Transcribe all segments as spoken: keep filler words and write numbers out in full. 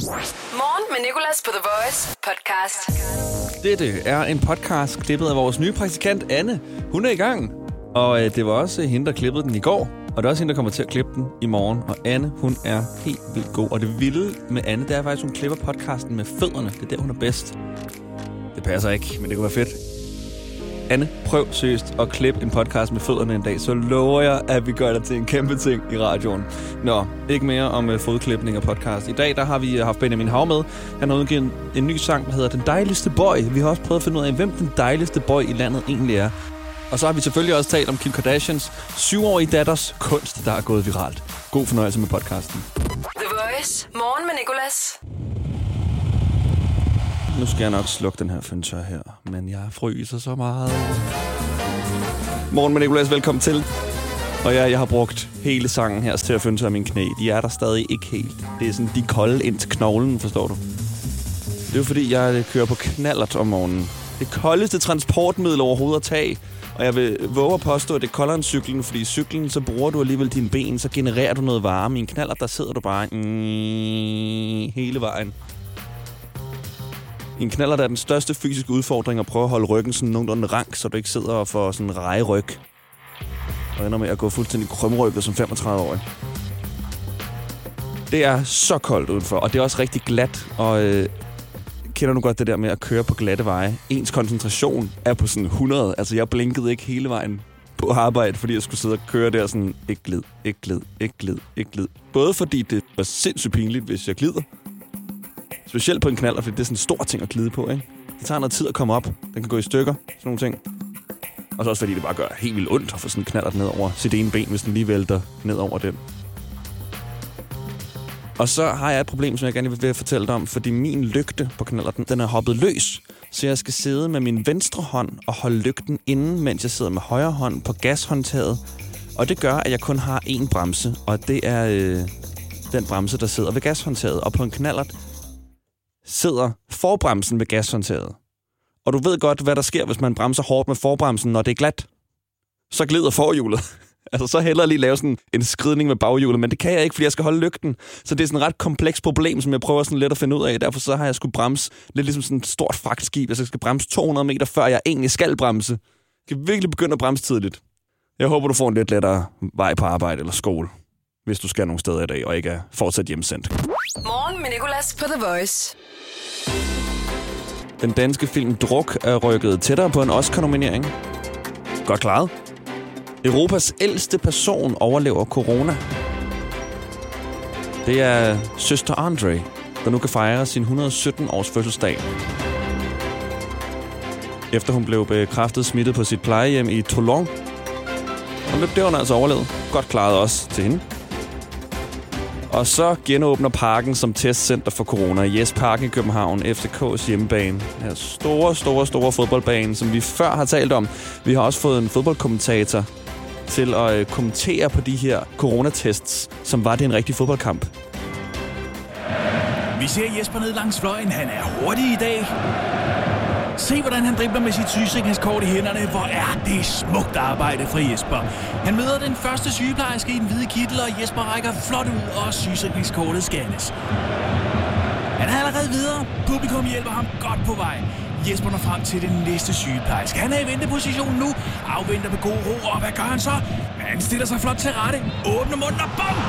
Morgen med Nicolas på The Voice podcast. Dette er en podcast klippet af vores nye praktikant Anne. Hun er i gang, og øh, det var også hende, der klippede den i går. Og det er også hende, der kommer til at klippe den i morgen. Og Anne, hun er helt vildt god. Og det vilde med Anne, det er faktisk, hun klipper podcasten med fødderne. Det er der, hun er bedst. Det passer ikke, men det kunne være fedt. Anne, prøv seriøst at klippe en podcast med fødderne en dag, så lover jeg, at vi gør det til en kæmpe ting i radioen. Nå, ikke mere om uh, fodklipning og podcast. I dag der har vi haft Benjamin Hav med. Han har udgivet en, en ny sang, der hedder Den Dejligste Boy. Vi har også prøvet at finde ud af, hvem den dejligste boy i landet egentlig er. Og så har vi selvfølgelig også talt om Kim Kardashians syvårige datters kunst, der er gået viralt. God fornøjelse med podcasten. The Voice. Morgen med Nicolas. Nu skal jeg nok slukke den her føntør her, men jeg fryser så meget. Morgen med Nicolas, velkommen til. Og ja, jeg har brugt hele sangen her til at føntøre mine knæ. De er der stadig ikke helt. Det er sådan, de er kolde ind til knoglen, forstår du? Det er jo fordi, jeg kører på knallert om morgenen. Det koldeste transportmiddel overhovedet at tage. Og jeg vil våge at påstå, at det er koldere end cyklen, fordi i cyklen, så bruger du alligevel dine ben, så genererer du noget varme. I en knallert, der sidder du bare mm, hele vejen. I en knallert er den største fysiske udfordring at prøve at holde ryggen sådan nogenlunde rank, så du ikke sidder og får sådan en rejeryg. Og ender med at gå fuldstændig krømrykket som femogtredive-årig. Det er så koldt udenfor, og det er også rigtig glat. Og øh, kender du godt det der med at køre på glatte veje? Ens koncentration er på sådan hundrede. Altså jeg blinkede ikke hele vejen på arbejde, fordi jeg skulle sidde og køre der sådan, ikke glid, ikke glid, ikke glid, ikke glid. Både fordi det var sindssygt pinligt, hvis jeg glider. Specielt på en knallert, fordi det er sådan en stor ting at glide på, ikke? Det tager noget tid at komme op. Den kan gå i stykker, sådan nogle ting. Og så også fordi det bare gør helt vildt ondt at få sådan en knallert ned over sit ene ben, hvis den lige vælter ned over den. Og så har jeg et problem, som jeg gerne vil fortælle dig om, fordi min lygte på knallerten, den er hoppet løs. Så jeg skal sidde med min venstre hånd og holde lygten inde, mens jeg sidder med højre hånd på gashåndtaget. Og det gør, at jeg kun har én bremse, og det er øh, den bremse, der sidder ved gashåndtaget. Og på en knallert sidder forbremsen ved gashåndtaget. Og du ved godt, hvad der sker, hvis man bremser hårdt med forbremsen, når det er glat. Så glider forhjulet. Altså, så hellere lige lave sådan en skridning med baghjulet, men det kan jeg ikke, fordi jeg skal holde lygten. Så det er sådan et ret komplekst problem, som jeg prøver sådan lidt at finde ud af. Derfor så har jeg skulle bremse lidt ligesom sådan et stort fragtskib. Altså, jeg skal bremse to hundrede meter, før jeg egentlig skal bremse. Jeg skal virkelig begynde at bremse tidligt. Jeg håber, du får en lidt lettere vej på arbejde eller skole, hvis du skal nogle steder i dag, og ikke er fortsat hjemsendt. Morgen med Nicolas på The Voice. Den danske film Druk er rykket tættere på en Oscar-nominering. Godt klaret. Europas ældste person overlever corona. Det er søster Andre, der nu kan fejre sin et hundrede og sytten års fødselsdag. Efter hun blev bekræftet smittet på sit plejehjem i Toulon. Og det har hun altså overlevet. Godt klaret også til hende. Og så genåbner parken som testcenter for corona. Yes Park i København, F C K's hjemmebane. Her store, store, store fodboldbane, som vi før har talt om. Vi har også fået en fodboldkommentator til at øh, kommentere på de her coronatests, som var det en rigtig fodboldkamp. Vi ser Jesper ned langs fløjen. Han er hurtig i dag. Se, hvordan han dribler med sit sygesikringskort i hænderne. Hvor er det smukt arbejde fra Jesper. Han møder den første sygeplejerske i den hvide kittel, og Jesper rækker flot ud, og sygesikringskortet scannes. Han er allerede videre. Publikum hjælper ham godt på vej. Jesper når frem til den næste sygeplejerske. Han er i venteposition nu. Afventer med god ro, og hvad gør han så? Han stiller sig flot til rette. Åbner munden og bum!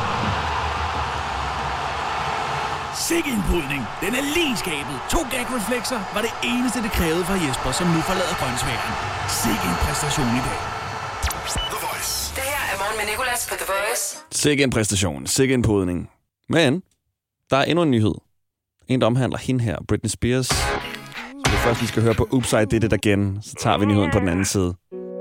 Sikke indbrydning. Den er lige skabet. To gag-reflekser var det eneste, det krævede fra Jesper, som nu forlader grøntsværen. Sikke en præstation i dag. The Voice. Det her er Morgen med Nicolas på The Voice. Sikke en præstation. Sikke en podning. Men der er endnu en nyhed. En, der omhandler hende her, Britney Spears. Så det først, vi skal høre på Oops, I Did It Again. Så tager vi nyheden på den anden side.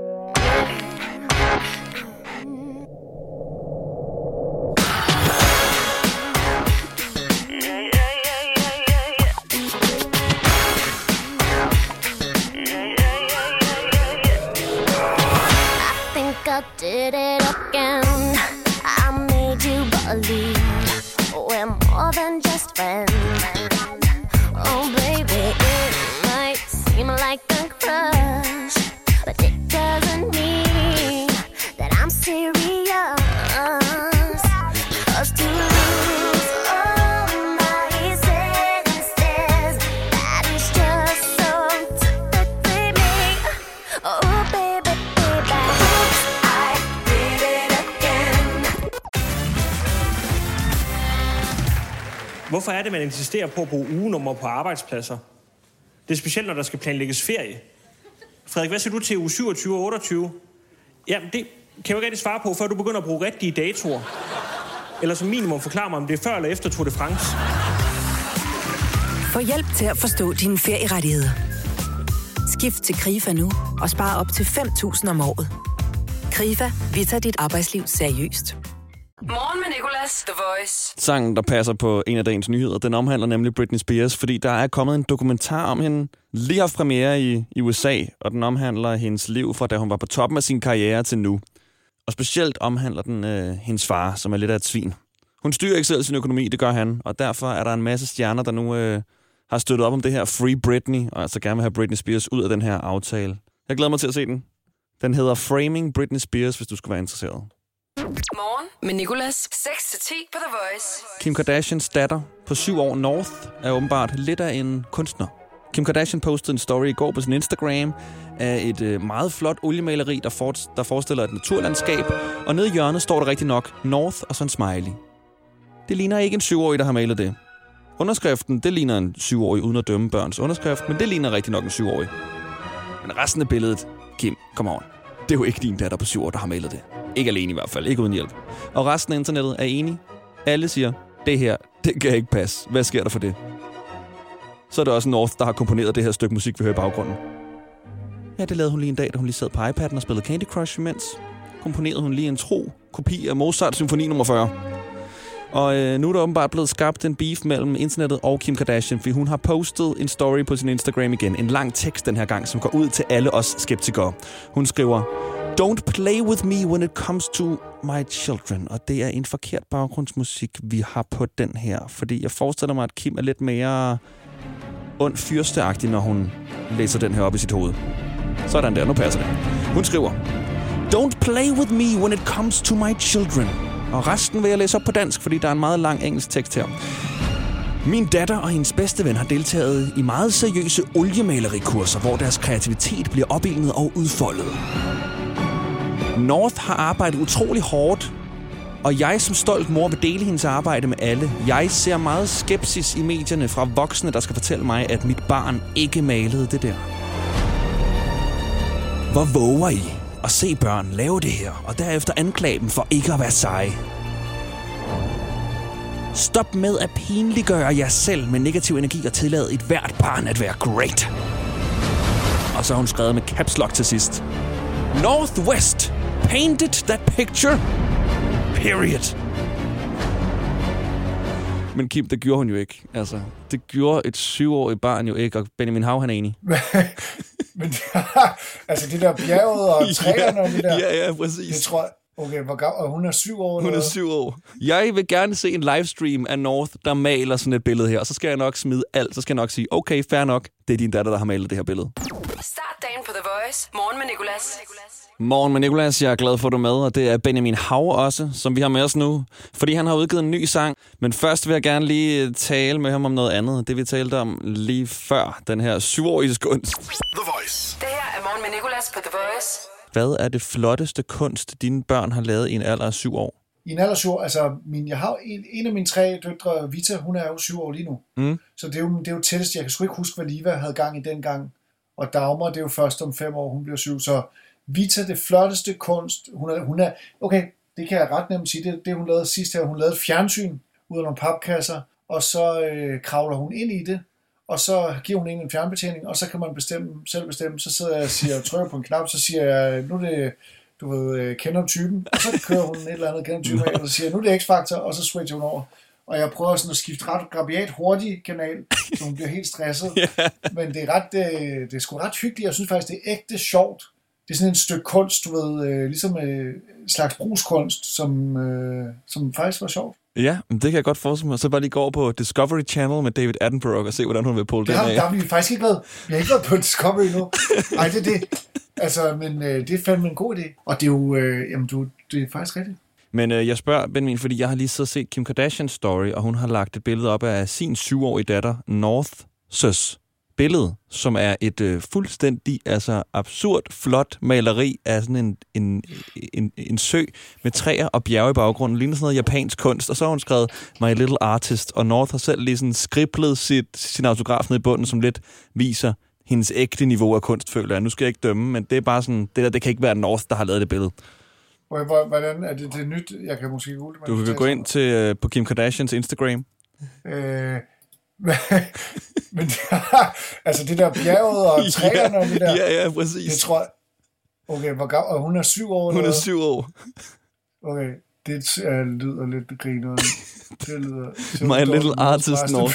Did it again. I made you believe we're more than just friends. Oh baby, it might seem like a crush, but it doesn't mean that I'm serious. 'Cause to lose all my senses Hvorfor er det, man insisterer på at bruge ugenummer på arbejdspladser? Det er specielt, når der skal planlægges ferie. Frederik, hvad siger du til uge syvogtyve og otteogtyve? Jamen, det kan jeg jo ikke rigtig svare på, før du begynder at bruge rigtige datoer. Eller som minimum forklare mig, om det er før eller efter Tour de France. Få hjælp til at forstå dine ferierettigheder. Skift til Krifa nu og spar op til fem tusind om året. Krifa, vi tager dit arbejdsliv seriøst. Morgen med Nicolas, The Voice. Sangen, der passer på en af dagens nyheder, den omhandler nemlig Britney Spears, fordi der er kommet en dokumentar om hende, lige haft premiere i, i U S A, og den omhandler hendes liv fra da hun var på toppen af sin karriere til nu. Og specielt omhandler den øh, hendes far, som er lidt af et svin. Hun styrer ikke selv sin økonomi, det gør han, og derfor er der en masse stjerner, der nu øh, har støttet op om det her Free Britney, og altså gerne vil have Britney Spears ud af den her aftale. Jeg glæder mig til at se den. Den hedder Framing Britney Spears, hvis du skulle være interesseret. Morgen med Nicolas. seks til ti på The Voice. Kim Kardashians datter på syv år, North, er åbenbart lidt af en kunstner. Kim Kardashian postede en story i går på sin Instagram af et øh, meget flot oliemaleri, der, for, der forestiller et naturlandskab. Og nede i hjørnet står der rigtig nok North og så en smiley. Det ligner ikke en syvårig, der har malet det. Underskriften, det ligner en syvårig uden at dømme børns underskrift, men det ligner rigtig nok en syvårig. Men resten af billedet, Kim, come on. Det er jo ikke din datter på syv år, der har malet det. Ikke alene i hvert fald, ikke uden hjælp. Og resten af internettet er enige. Alle siger, det her, det kan ikke passe. Hvad sker der for det? Så er det også North, der har komponeret det her stykke musik, vi hører i baggrunden. Ja, det lavede hun lige en dag, da hun lige sad på iPad'en og spillede Candy Crush imens. Komponerede hun lige en tro kopi af Mozart Symfoni nummer fyrre. Og øh, nu er der åbenbart blevet skabt en beef mellem internettet og Kim Kardashian, fordi hun har postet en story på sin Instagram igen. En lang tekst den her gang, som går ud til alle os skeptikere. Hun skriver, "Don't play with me when it comes to my children." Og det er en forkert baggrundsmusik, vi har på den her. Fordi jeg forestiller mig, at Kim er lidt mere ond fyrsteagtig, når hun læser den her op i sit hoved. Sådan der, nu passer det. Hun skriver, "Don't play with me when it comes to my children." Og resten vil jeg læse op på dansk, fordi der er en meget lang engelsk tekst her. Min datter og hendes bedste ven har deltaget i meget seriøse oliemælerikurser, hvor deres kreativitet bliver opildnet og udfoldet. North har arbejdet utrolig hårdt, og jeg som stolt mor vil dele hendes arbejde med alle. Jeg ser meget skepsis i medierne fra voksne, der skal fortælle mig, at mit barn ikke malede det der. Hvor våger I at se børn lave det her, og derefter anklage dem for ikke at være seje? Stop med at pinliggøre jer selv med negativ energi og tillade et hvert barn at være great. Og så har hun skrevet med caps lock til sidst. Northwest painted that picture. Period. Men Kim, det gjorde hun jo ikke. Altså, det gjorde et syvårigt barn jo ikke, og Benjamin Hav, han er enig. Men altså det der bjerget og træerne og det der. Ja, ja, præcis. Det tror jeg. Okay, hvor gammel? Og hun er syv år. Hun er syv år. Jeg vil gerne se en livestream af North, der maler sådan et billede her. Og så skal jeg nok smide alt. Så skal jeg nok sige, okay, fair nok. Det er din datter, der har malet det her billede. Start dagen på The Voice. Morgen med Nicolas. Morgen med Nicolas. Jeg er glad for, at du er med. Og det er Benjamin Hav også, som vi har med os nu. Fordi han har udgivet en ny sang. Men først vil jeg gerne lige tale med ham om noget andet. Det vi talte om lige før. Den her syvårige kunst. The Voice. Det her er Morgen med Nicolas på The Voice. Hvad er det flotteste kunst, dine børn har lavet i en alder af syv år? I en alder af syv år, altså min, jeg har en, en af mine tre døtre, Vita, hun er jo syv år lige nu. Mm. Så det er, jo, det er jo tættest. Jeg kan sgu ikke huske, hvad Liva havde gang i den gang. Og Dagmar, det er jo først om fem år, hun bliver syv. Så Vita, det flotteste kunst, hun er, hun er okay, det kan jeg ret nemt sige, det, det hun lavede sidst her, hun lavede et fjernsyn ud af nogle papkasser, og så øh, kravler hun ind i det, og så giver hun en fjernbetjening, og så kan man bestemme, selv bestemme, så sidder jeg og siger, trykker på en knap, så siger jeg, nu er det, du ved, kender typen, og så kører hun et eller andet kender typen af, og så siger jeg, nu er det X-Factor, og så switcher hun over. Og jeg prøver sådan at skifte ret rabiat hurtigt kanal, så hun bliver helt stresset. Yeah. Men det er, ret, det, det er sgu ret hyggeligt, jeg synes faktisk, det er ægte sjovt. Det er sådan et stykke kunst, du ved, øh, ligesom en slags brugskunst, som, øh, som faktisk var sjovt. Ja, det kan jeg godt forestille mig. Så bare lige gå over på Discovery Channel med David Attenborough og se, hvordan hun vil pulle det af. Der har vi faktisk ikke været. Vi har ikke været på Discovery nu. Nej, det er det. Altså, men øh, det er fandme en god idé. Og det er jo, øh, jamen, du, det er faktisk rigtigt. Men øh, jeg spørger, Benjamin, fordi jeg har lige så set Kim Kardashians story, og hun har lagt et billede op af sin syvårige datter, North's billede, som er et øh, fuldstændig altså absurd, flot maleri af sådan en, en, en, en sø med træer og bjerge i baggrunden. Ligner sådan noget japansk kunst. Og så har hun skrevet My Little Artist, og North har selv lige sådan skriblet sit, sin autograf ned i bunden, som lidt viser hendes ægte niveau af kunst, føler jeg. Nu skal jeg ikke dømme, men det er bare sådan, det der, det kan ikke være North, der har lavet det billede. Hvordan er det, det nyt? Jeg kan måske google. Du vil gå ind til, uh, på Kim Kardashians Instagram. Øh, men det, altså det der bjerget og træerne ja, og det der. Ja, ja, præcis. Det tror jeg. Okay, hvor gammel? Og hun er syv år? Hun er syv år. Okay, det uh, lyder lidt griner. Det lyder... My Little Artist North.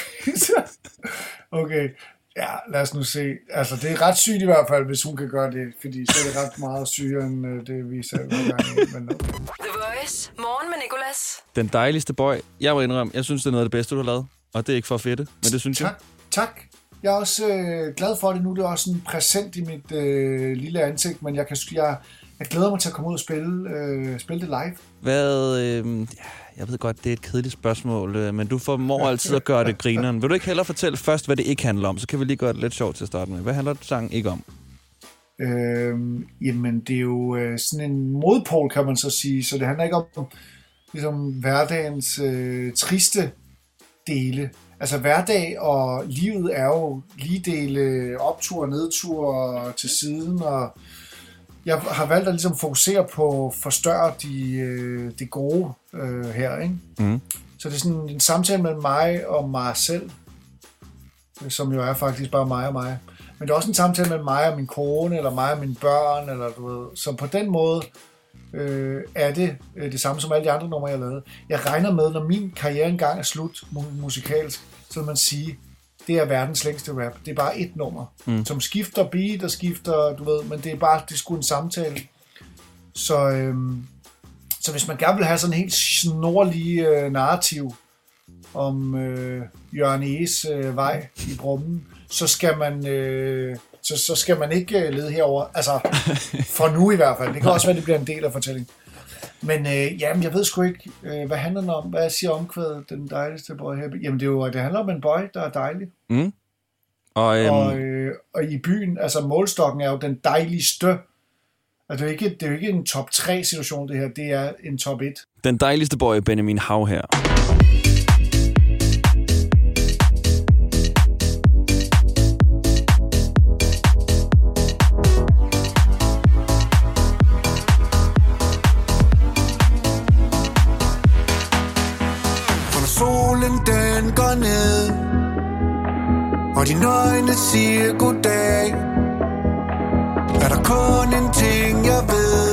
Okay. Ja, lad os nu se. Altså, det er ret sygt i hvert fald, hvis hun kan gøre det, fordi så er det ret meget sygere, end det vi selv har gang i. Men... The Voice. Morgen med Nicolas. Den dejligste boy. Jeg må indrømme, jeg synes, det er noget af det bedste, du har lavet. Og det er ikke for fedt, men det synes tak, jeg. Tak. Jeg er også øh, glad for det nu. Det er også sådan præsent i mit øh, lille ansigt, men jeg, kan, jeg, jeg glæder mig til at komme ud og spille, øh, spille det live. Hvad... Øh, ja, jeg ved godt, det er et kedeligt spørgsmål, øh, men du formår altid at gøre det grineren. Vil du ikke hellere fortælle først, hvad det ikke handler om? Så kan vi lige gøre det lidt sjovt til at starte med. Hvad handler sangen ikke om? Øh, jamen, det er jo øh, sådan en modpol, kan man så sige. Så det handler ikke om ligesom, hverdagens øh, triste dele. Altså hverdag og livet er jo lige dele optur og nedtur til siden, og jeg har valgt at ligesom fokusere på at forstørre de, det gode øh, her, ikke? Mm. Så det er sådan en samtale mellem mig og mig selv, som jo er faktisk bare mig og mig. Men det er også en samtale mellem mig og min kone, eller mig og mine børn, eller du ved. Så på den måde øh, er det øh, det samme som alle de andre numre, jeg har lavet. Jeg regner med, når min karriere engang er slut musikalsk, så vil man sige, det er verdens længste rap. Det er bare et nummer, mm. som skifter beat og skifter, du ved, men det er bare, det er sgu en samtale. Så, øhm, så hvis man gerne vil have sådan en helt snorlig øh, narrativ om øh, Jørgen Eges øh, vej i Brummen, så skal man øh, så, så skal man ikke øh, lede herover. Altså, for nu i hvert fald. Det kan også være, det bliver en del af fortællingen. Men øh, jamen, jeg ved sgu ikke, øh, hvad handler den om? Hvad siger omkvædet, den dejligste boy her? Jamen, det, er jo, det handler om en boy, der er dejlig. Mm. Og, øhm... og, øh, og i byen, altså målstokken er jo den dejligste. Altså, det er jo ikke, det er jo ikke en top tre situation, det her. Det er en top et. Den dejligste boy, Benjamin Hav her. Den går ned, og dine øjne siger goddag. Er der kun en ting jeg ved,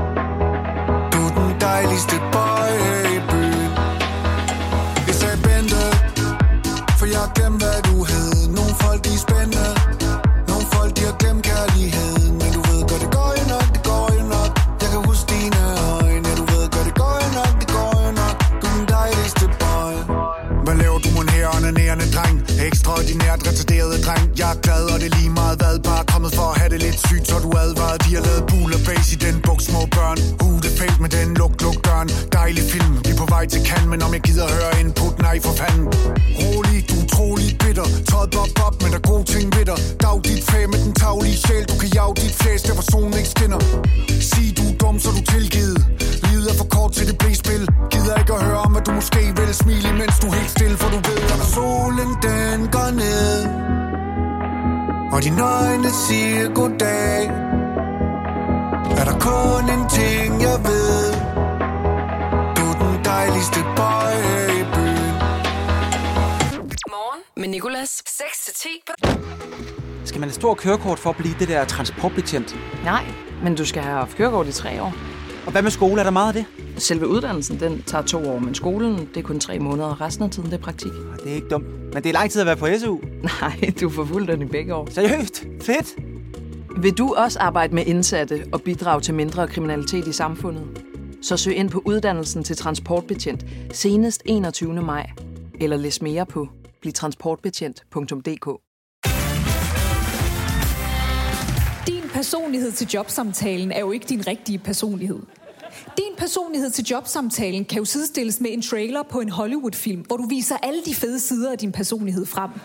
du er den dejligste boy i byen. Jeg sagde Bente, for jeg har glemt hvad du hed. Nogle folk de er spændende, nogle folk de har glemt kærligheden. Men du ved godt det går jo nok, det går jo nok. Jeg kan huske dine øjne, du ved godt det går jo nok, det går jo nok. Du er den dejligste boy. Hvad laver du mon her, onanerende dreng? Ekstraordinært retarderet dreng. Jeg er glad, og det er lige meget hvad. Bare kommet for at have det lidt sygt, så du advaret. De har lavet bul og base i den bog, små børn. Uh, det fældt med den, luk, luk døren. Dejlig film, vi er på vej til Cannes. Men om jeg gider høre input, nej for fanden. Rolig, du er utrolig bitter. Tøjet bob, bob, men der er gode ting ved dig. Dag dit fag med den taglige sjæl. Du kan jage dit flæs, der hvor solen ikke skinner. Sig du er dum, så du tilgivet. Livet er for kort til det blev spil. Gider ikke at høre om, at du måske vil smile, mens du er helt stille, for du ved, at solen den går ned, og dine øjne siger goddag. Er der kun en ting jeg ved, du er den dejligste boy i byen. Morgen med Nicolas. seks til ti. Skal man have stor kørekort for at blive det der transportbetjent? Nej, men du skal have haft kørekort i tre år. Og hvad med skole? Er der meget af det? Selve uddannelsen, den tager to år, men skolen, det er kun tre måneder, og resten af tiden, det er praktik. Det er ikke dumt. Men det er lang tid at være på S U. Nej, du får fuldt den i begge år. Seriøst? Fedt! Vil du også arbejde med indsatte og bidrage til mindre kriminalitet i samfundet? Så søg ind på uddannelsen til transportbetjent senest enogtyvende maj. Eller læs mere på bliv transportbetjent punktum d k. Din personlighed til jobsamtalen er jo ikke din rigtige personlighed. Din personlighed til jobsamtalen kan jo sidestilles med en trailer på en Hollywood-film, hvor du viser alle de fede sider af din personlighed frem.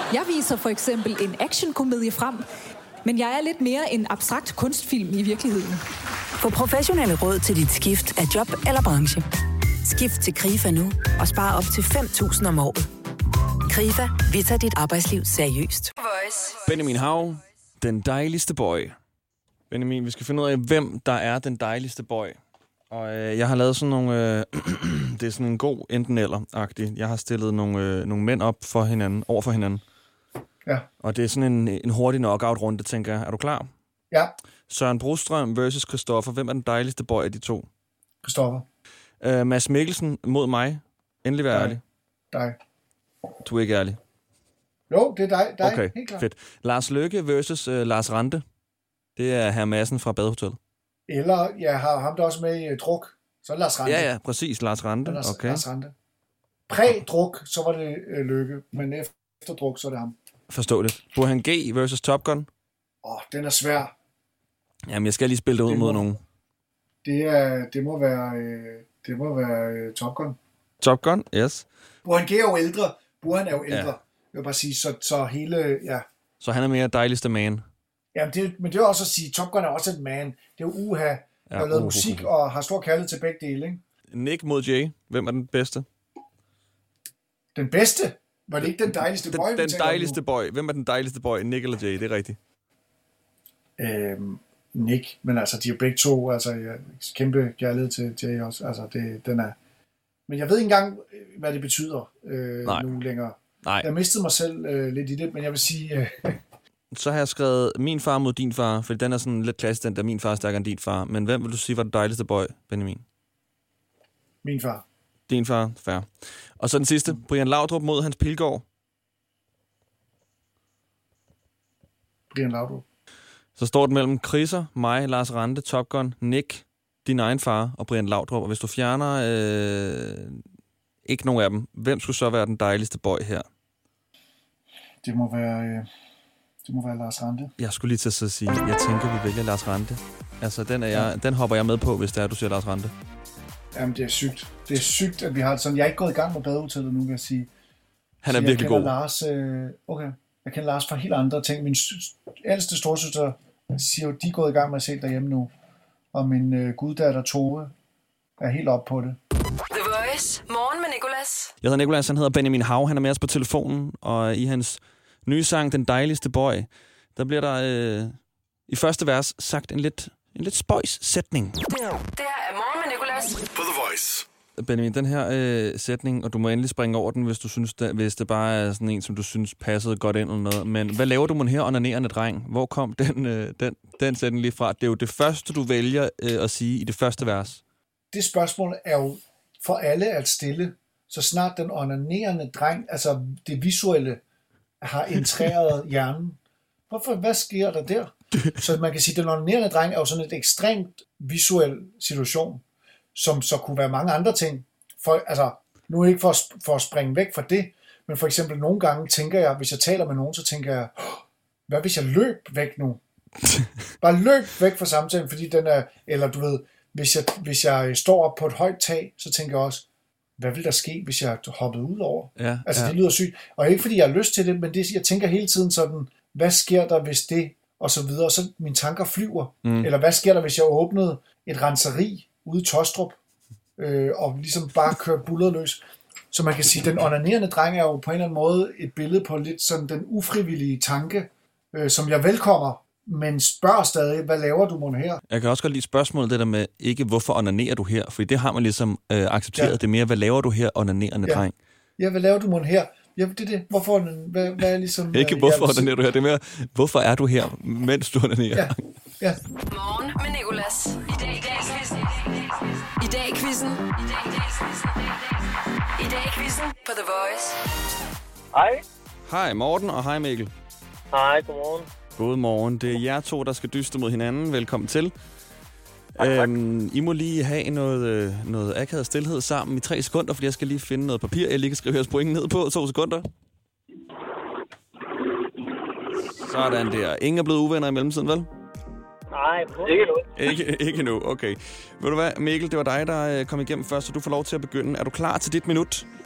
Jeg viser for eksempel en actionkomedie frem, men jeg er lidt mere en abstrakt kunstfilm i virkeligheden. Få professionelle råd til dit skift af job eller branche. Skift til Krifa nu og spar op til fem tusind om året. Krifa, vi tager dit arbejdsliv seriøst. Benjamin Hav, den dejligste boy. Benjamin, vi skal finde ud af, hvem der er den dejligste boy. Og øh, jeg har lavet sådan nogle... Øh, det er sådan en god enten-eller-agtig. Jeg har stillet nogle, øh, nogle mænd op for hinanden, over for hinanden. Ja. Og det er sådan en, en hurtig knockout-runde, tænker jeg. Er du klar? Ja. Søren Brostrøm versus Christoffer. Hvem er den dejligste boy af de to? Christoffer. Øh, Mads Mikkelsen mod mig. Endelig vær ærlig. Dig. Du er ikke ærlig. Jo, det er dig. dig. Okay, helt klart. fedt. Lars Løkke versus øh, Lars Rante. Det er herr Madsen fra Badehotellet. Eller jeg har ham der også med i uh, druk. Så er Lars Rante. Ja, ja, præcis. Lars Rante. Lars, okay. Lars Rante. Præ-druk, så var det uh, Løkke. Men efter druk, så er det ham. Forstå det. Burhan G versus Top Gun. Åh, oh, den er svær. Jamen, jeg skal lige spille det ud det mod må, nogen. Det, er, det må være, øh, det må være øh, Top Gun. Top Gun, yes. Burhan G er jo ældre. Burhan er jo ældre. Ja. Jeg vil bare sige, så, så hele... Ja. Så han er mere dejligste man. Jamen, det, men det er også at sige, Top Gun er også en man. Det er jo uha, der ja, har lavet uh, musik uh, uh. og har stor kærlighed til begge dele, ikke? Nick mod Jay. Hvem er den bedste? Den bedste? Var det ikke den dejligste den, boy? Den, den dejligste boy. Hvem er den dejligste boy? Nick eller Jay? Det er rigtigt. Øhm, Nick. Men altså, de er begge to. Altså, jeg kæmpe kærlighed til Jay også. Altså, det, den er... Men jeg ved ikke engang, hvad det betyder øh, nu længere. Nej. Jeg mistede mig selv øh, lidt i det, men jeg vil sige... Øh, Så har jeg skrevet min far mod din far, for den er sådan lidt klassisk, den der min far er stærkere end din far. Men hvem vil du sige var den dejligste boy, Benjamin? Min far. Din far, fair. Og så den sidste, Brian Laudrup mod Hans Pilgaard. Brian Laudrup. Så står det mellem Chrisser, mig, Lars Rante, Top Gun, Nick, din egen far og Brian Laudrup. Og hvis du fjerner øh, ikke nogen af dem, hvem skulle så være den dejligste boy her? Det må være... Øh Det må være Lars Rante. Jeg skulle lige til at sige, jeg tænker, vi vælger Lars Rante. Altså, den, er jeg, ja. den hopper jeg med på, hvis det er, du siger Lars Rante. Jamen, det er sygt. Det er sygt, at vi har det sådan. Jeg er ikke gået i gang med Badehotellet nu, vil jeg sige. Han er så virkelig god. Lars, øh, okay. Jeg kender Lars fra helt andre ting. Min ældste storsøster siger jo, de er gået i gang med at se derhjemme nu. Og min øh, guddatter Tove er helt op på det. The Voice. Morgen med Nicolas. Jeg hedder Nicolas, han hedder Benjamin Hav. Han er med os på telefonen, og i hans nye sang, Den dejligste boy, der bliver der øh, i første vers sagt en lidt, en lidt spøjs sætning. Det her er Morgen med Nicolas. På The Voice. Benjamin, den her øh, sætning, og du må endelig springe over den, hvis du synes, det, hvis det bare er sådan en, som du synes passede godt ind eller noget. Men hvad laver du mon her, onanerende dreng? Hvor kom den, øh, den, den sætning lige fra? Det er jo det første, du vælger øh, at sige i det første vers. Det spørgsmål er jo for alle at stille, så snart den onanerende dreng, altså det visuelle, har entreret hjernen. Hvorfor? Hvad sker der der? Så man kan sige, at den onanerende dreng er jo sådan et ekstremt visuel situation, som så kunne være mange andre ting. For, altså, nu er det ikke for at, for at springe væk fra det, men for eksempel nogle gange tænker jeg, hvis jeg taler med nogen, så tænker jeg, hvad hvis jeg løb væk nu? Bare løb væk fra samtalen, fordi den er, eller du ved, hvis jeg, hvis jeg står op på et højt tag, så tænker jeg også, hvad vil der ske, hvis jeg hoppede ud over? Ja, altså, ja. det lyder sygt. Og ikke fordi jeg har lyst til det, men det, jeg tænker hele tiden sådan, hvad sker der, hvis det, og så videre. Og så mine tanker flyver. Mm. Eller hvad sker der, hvis jeg åbnede et renseri ude i Tostrup, øh, og ligesom bare kørte bulleret løs. Så man kan sige, den onanerende dreng er jo på en eller anden måde et billede på lidt sådan den ufrivillige tanke, øh, som jeg velkommer, men spørger stadig, hvad laver du mon her? Jeg kan også godt lide spørgsmålet, det der med, ikke hvorfor onanerer du her? For det har man ligesom øh, accepteret. Ja. Det er mere, hvad laver du her, onanerende ja. dreng? Ja, hvad laver du mon her? Ja, det er det. Hvorfor, hvad, hvad er ligesom... Ikke hvorfor onanerer du her, det er mere, hvorfor er du her, mens du onanerer? Ja, ja. Morgen med Nicolas. I dag i dag quizzen. I dag i quizzen. I dag i quizzen på The Voice. Hej. Hej Morten, og hej Mikkel. Hej, godmorgen. Godmorgen. Det er jer to, der skal dyste mod hinanden. Velkommen til. Tak, tak. Øhm, I må lige have noget, noget akavet stilhed sammen i tre sekunder, fordi jeg skal lige finde noget papir, jeg lige kan skrive jeres point ned på. To sekunder. Sådan der. Ingen er blevet uvenner i mellemtiden, vel? Nej, ikke nu. Ikke, ikke nu, okay. Ved du hvad, Mikkel, det var dig, der kom igennem først, så du får lov til at begynde. Er du klar til dit minut?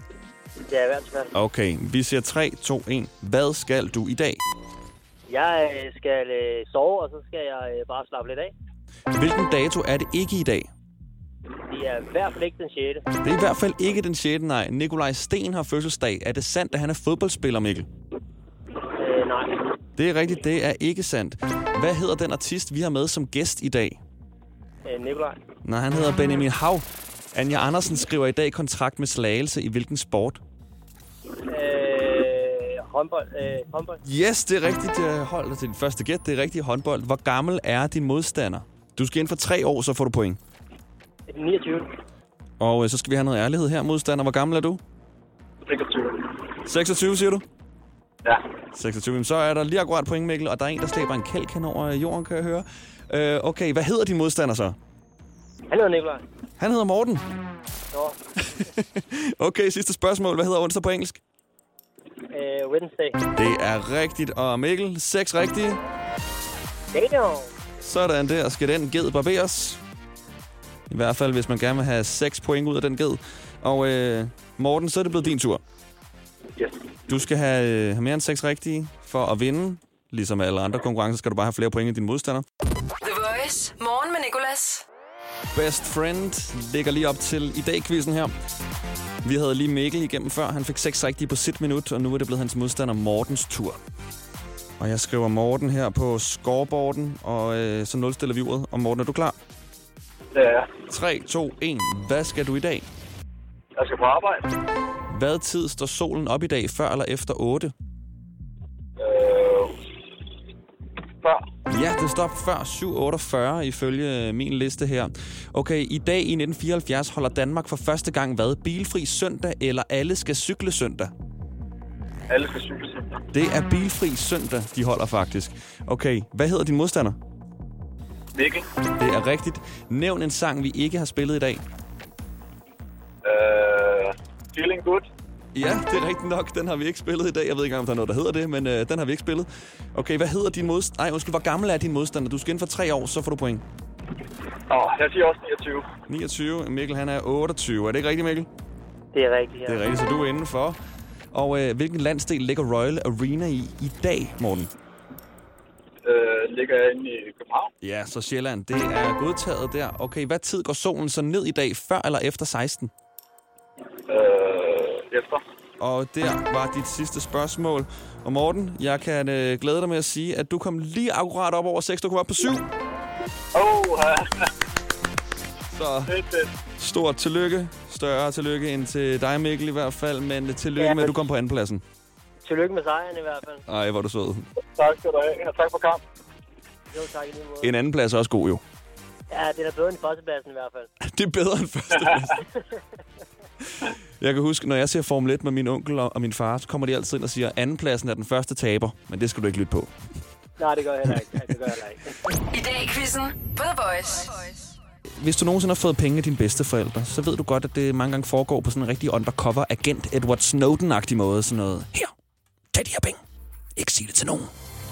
Ja, i hvert fald. Okay, vi siger tre, to, et. Hvad skal du i dag? Jeg øh, skal øh, sove, og så skal jeg øh, bare slappe lidt af. Hvilken dato er det ikke i dag? Det er i hvert fald ikke den sjette. Det er i hvert fald ikke den sjette, nej. Nikolaj Sten har fødselsdag. Er det sandt, at han er fodboldspiller, Mikkel? Øh, nej. Det er rigtigt, det er ikke sandt. Hvad hedder den artist, vi har med som gæst i dag? Øh, Nikolaj. Nej, han hedder Benjamin Hav. Anja Andersen skriver i dag kontrakt med Slagelse i hvilken sport? Øh, håndbold. Øh, håndbold. Yes, det er rigtigt. Jeg holder til din første gæt. Det er rigtigt håndbold. Hvor gammel er din modstander? Du skal ind for tre år, så får du point. niogtyve. Og øh, så skal vi have noget ærlighed her, modstander. Hvor gammel er du? seksogtyve. seksogtyve, siger du? Ja. seksogtyve. Så er der lige akkurat point, Mikkel, og der er en, der slæber en kælk hen over jorden, kan jeg høre. Øh, okay, hvad hedder din modstander så? Han hedder Nikolaj. Han hedder Morten. Nå. Okay, sidste spørgsmål. Hvad hedder onsdag på engelsk? Øh, Wednesday. Det er rigtigt. Og Mikkel, seks rigtige. Damn. Sådan der. Skal den ged barberes? I hvert fald, hvis man gerne vil have seks point ud af den ged. Og øh, Morten, så er det blevet din tur. Yes. Du skal have, øh, have mere end seks rigtige for at vinde. Ligesom alle andre konkurrencer skal du bare have flere point end din modstander. The Voice. Morgen med Nicolas. Best Friend ligger lige op til i dag-quizzen her. Vi havde lige Mikkel igennem før. Han fik seks rigtige på sit minut, og nu er det blevet hans modstander Mortens tur. Og jeg skriver Morten her på scoreboarden, og øh, så nulstiller vi uret. Og Morten, er du klar? Det er jeg. tre, to, et. Hvad skal du i dag? Jeg skal på arbejde. Hvad tid står solen op i dag, før eller efter otte? Øh, før. Ja, det står før syv otteogfyrre ifølge min liste her. Okay, i dag i nitten fireoghalvfjerds holder Danmark for første gang hvad? Bilfri søndag eller alle skal cykle søndag? Alle skal cykle søndag. Det er bilfri søndag, de holder faktisk. Okay, hvad hedder din modstander? Mikkel. Det er rigtigt. Nævn en sang, vi ikke har spillet i dag. Øh, Feeling Good. Ja, det er rigtigt nok. Den har vi ikke spillet i dag. Jeg ved ikke, om der er noget, der hedder det, men øh, den har vi ikke spillet. Okay, hvad hedder din modstander? Nej, undskyld, hvor gammel er din modstander? Du skal ind for tre år, så får du point. Åh, oh, jeg siger også niogtyve. niogtyve. Mikkel, han er otteogtyve. Er det ikke rigtigt, Mikkel? Det er rigtigt, ja. Det er rigtigt, så du er indenfor. Og øh, hvilken landsdel ligger Royal Arena i i dag, Morten? Øh, ligger jeg inde i København. Ja, så Sjælland. Det er godtaget der. Okay, hvad tid går solen så ned i dag? Før eller efter seksten? Øh, efter. Og der var dit sidste spørgsmål. Og Morten, jeg kan øh, glæde dig med at sige, at du kom lige akkurat op over seks. Du kom op på syv. Åh, oh, Så stort tillykke. Større tillykke end til dig, Mikkel, i hvert fald. Men tillykke ja, med, at du kom på andenpladsen. Tillykke med sejren i hvert fald. Ej, hvor er du sød. Tak skal du have. Og tak for kamp. Jo, tak i lige måde. En anden plads er også god, jo. Ja, det er bedre end førstepladsen i hvert fald. Det er bedre end førstepladsen. Jeg kan huske, når jeg ser Formel et med min onkel og min far, så kommer de altid ind og siger, at andenpladsen er den første taber. Men det skal du ikke lytte på. Nej, det gør jeg heller ikke. Nej, det gør jeg heller ikke. I dag i quizzen på The Voice. Hvis du nogensinde har fået penge af dine bedsteforældre, så ved du godt, at det mange gange foregår på sådan en rigtig undercover agent Edward Snowden-agtig måde. Sådan noget, her, tag de her penge. Ikke sige det til nogen.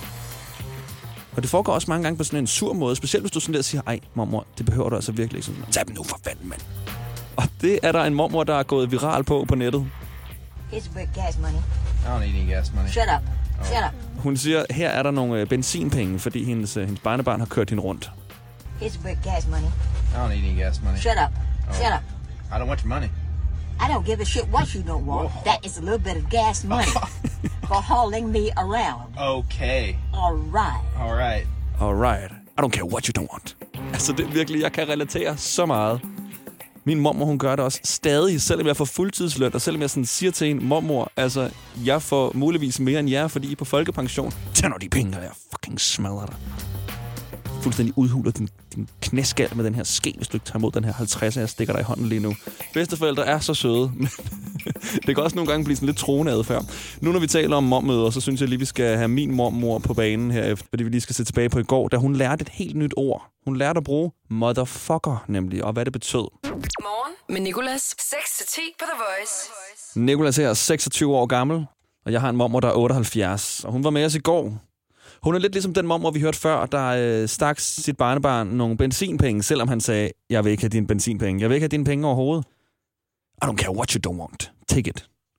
Og det foregår også mange gange på sådan en sur måde, specielt hvis du sådan der siger, ej, mormor, det behøver du altså virkelig ikke. Sådan, tag dem nu for fanden, mand. Og det er der en mormor, der er gået viral på på nettet. Here's a bit gas money. I don't need any gas money. Shut up. Oh. Shut up. Hun siger, her er der nogle benzinpenge, fordi hendes, hendes barnebarn har kørt hende rundt. Here's a bit gas money. I don't need any gas money. Shut up. Oh. Shut up. I don't want your money. I don't give a shit what you don't want. Whoa. That is a little bit of gas money for hauling me around. Okay. All right. All right. All right. I don't care what you don't want. Altså, det er virkelig, jeg kan relatere så meget. Min mormor, hun gør det også stadig, selvom jeg får fuldtidsløn, og selvom jeg sådan siger til en mormor, altså, jeg får muligvis mere end jer, fordi I er på folkepension. Tag nu de penge, og jeg fucking smadrer dig. Fuldstændig udhuler din, din knæskal med den her ske, hvis du ikke tager imod den her halvtredser, jeg stikker dig i hånden lige nu. Bedsteforældre er så søde, men det kan også nogle gange blive sådan lidt troende adfærd. Nu når vi taler om mormøder, så synes jeg lige, vi skal have min mormor på banen herefter, fordi vi lige skal se tilbage på i går, da hun lærte et helt nyt ord. Hun lærte at bruge motherfucker nemlig, og hvad det betød. Morgen med Nicolas. seks til ti på The Voice. Nicolas her er seksogtyve år gammel, og jeg har en mormor, der er otteoghalvfjerds, og hun var med os i går. Hun er lidt ligesom den mormor, vi hørte før, der øh, stak sit barnebarn nogle benzinpenge, selvom han sagde, jeg vil ikke have dine benzinpenge. Jeg vil ikke have dine penge overhovedet. I don't care what you don't want. Take it.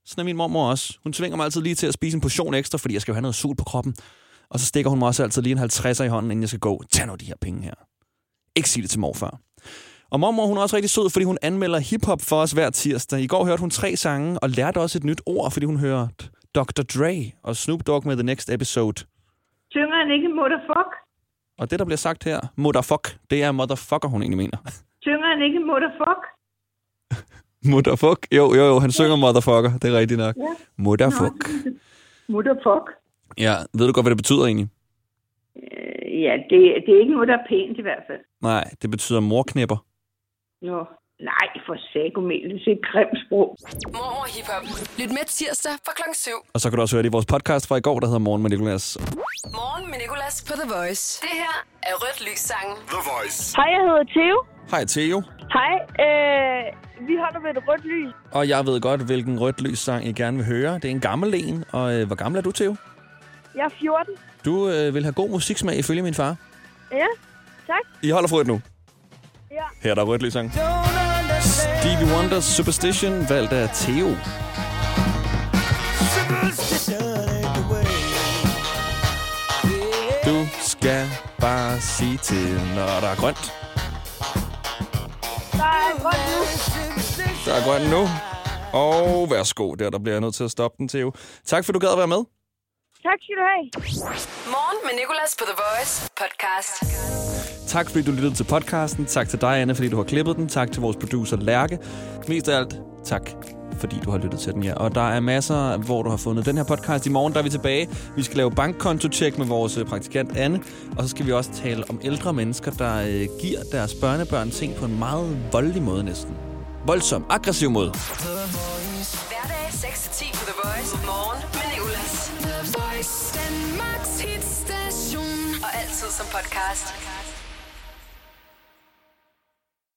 Sådan er min mormor også. Hun tvinger mig altid lige til at spise en portion ekstra, fordi jeg skal jo have noget sul på kroppen. Og så stikker hun mig også altid lige en halvtredser i hånden, inden jeg skal gå. Tag nu de her penge her. Ikke sige det til morfar. Og mormor, hun er også rigtig sød, fordi hun anmelder hiphop for os hver tirsdag. I går hørte hun tre sange, og lærte også et nyt ord, fordi hun hørte doktor Dre og Snoop Dogg med The Next Episode. Synger han ikke motherfuck? Og det, der bliver sagt her, motherfuck, det er motherfucker, hun egentlig mener. Synger han ikke motherfuck? Motherfuck? Jo, jo, jo, han synger motherfucker, det er rigtigt nok. Ja. Motherfuck. Motherfuck? Ja, ved du godt, hvad det betyder egentlig? Øh, ja, det, det er ikke noget, der er pænt i hvert fald. Nej, det betyder morknæpper. Jo, nej, for sagomel, det er et grimt sprog. Mormor Hip-Hop. Lyt med tirsdag fra klokken syv. Og så kan du også høre det i vores podcast fra i går, der hedder Morgen med Nicolas. Morgen med Nicolas på The Voice. Det her er Rødt Lys-sangen. The Voice. Hej, jeg hedder Theo. Hej, Theo. Hej, øh, vi holder ved et rødt lys. Og jeg ved godt, hvilken Rødt Lys-sang I gerne vil høre. Det er en gammel en, og øh, hvor gammel er du, Theo? Jeg er fjorten. Du øh, vil have god musiksmag ifølge min far. Ja, tak. I holder for et nu. Ja. Her er der Rødt Lys-sang. Stevie Wonders Superstition, valgt af Theo. Du skal bare sige til, når der er grønt. Der er grønt nu. Der er grønt nu. Og værsgo, der, der bliver jeg nødt til at stoppe den, Theo. Tak for, du gad at være med. Tak skal du have. Morgen med Nicolas på The Voice podcast. Tak fordi du lyttede til podcasten. Tak til dig, Anne, fordi du har klippet den. Tak til vores producer, Lærke. Mest af alt, tak fordi du har lyttet til den, ja. Og der er masser, hvor du har fundet den her podcast. I morgen der er vi tilbage. Vi skal lave bankkonto-tjek med vores praktikant, Anne. Og så skal vi også tale om ældre mennesker, der øh, giver deres børnebørn ting på en meget voldelig måde næsten. Voldsom, aggressiv måde. Hverdag seks til ti på The Voice. Morgen med Nicolas. The Voice. Danmarks hitstation. Og altid som podcast.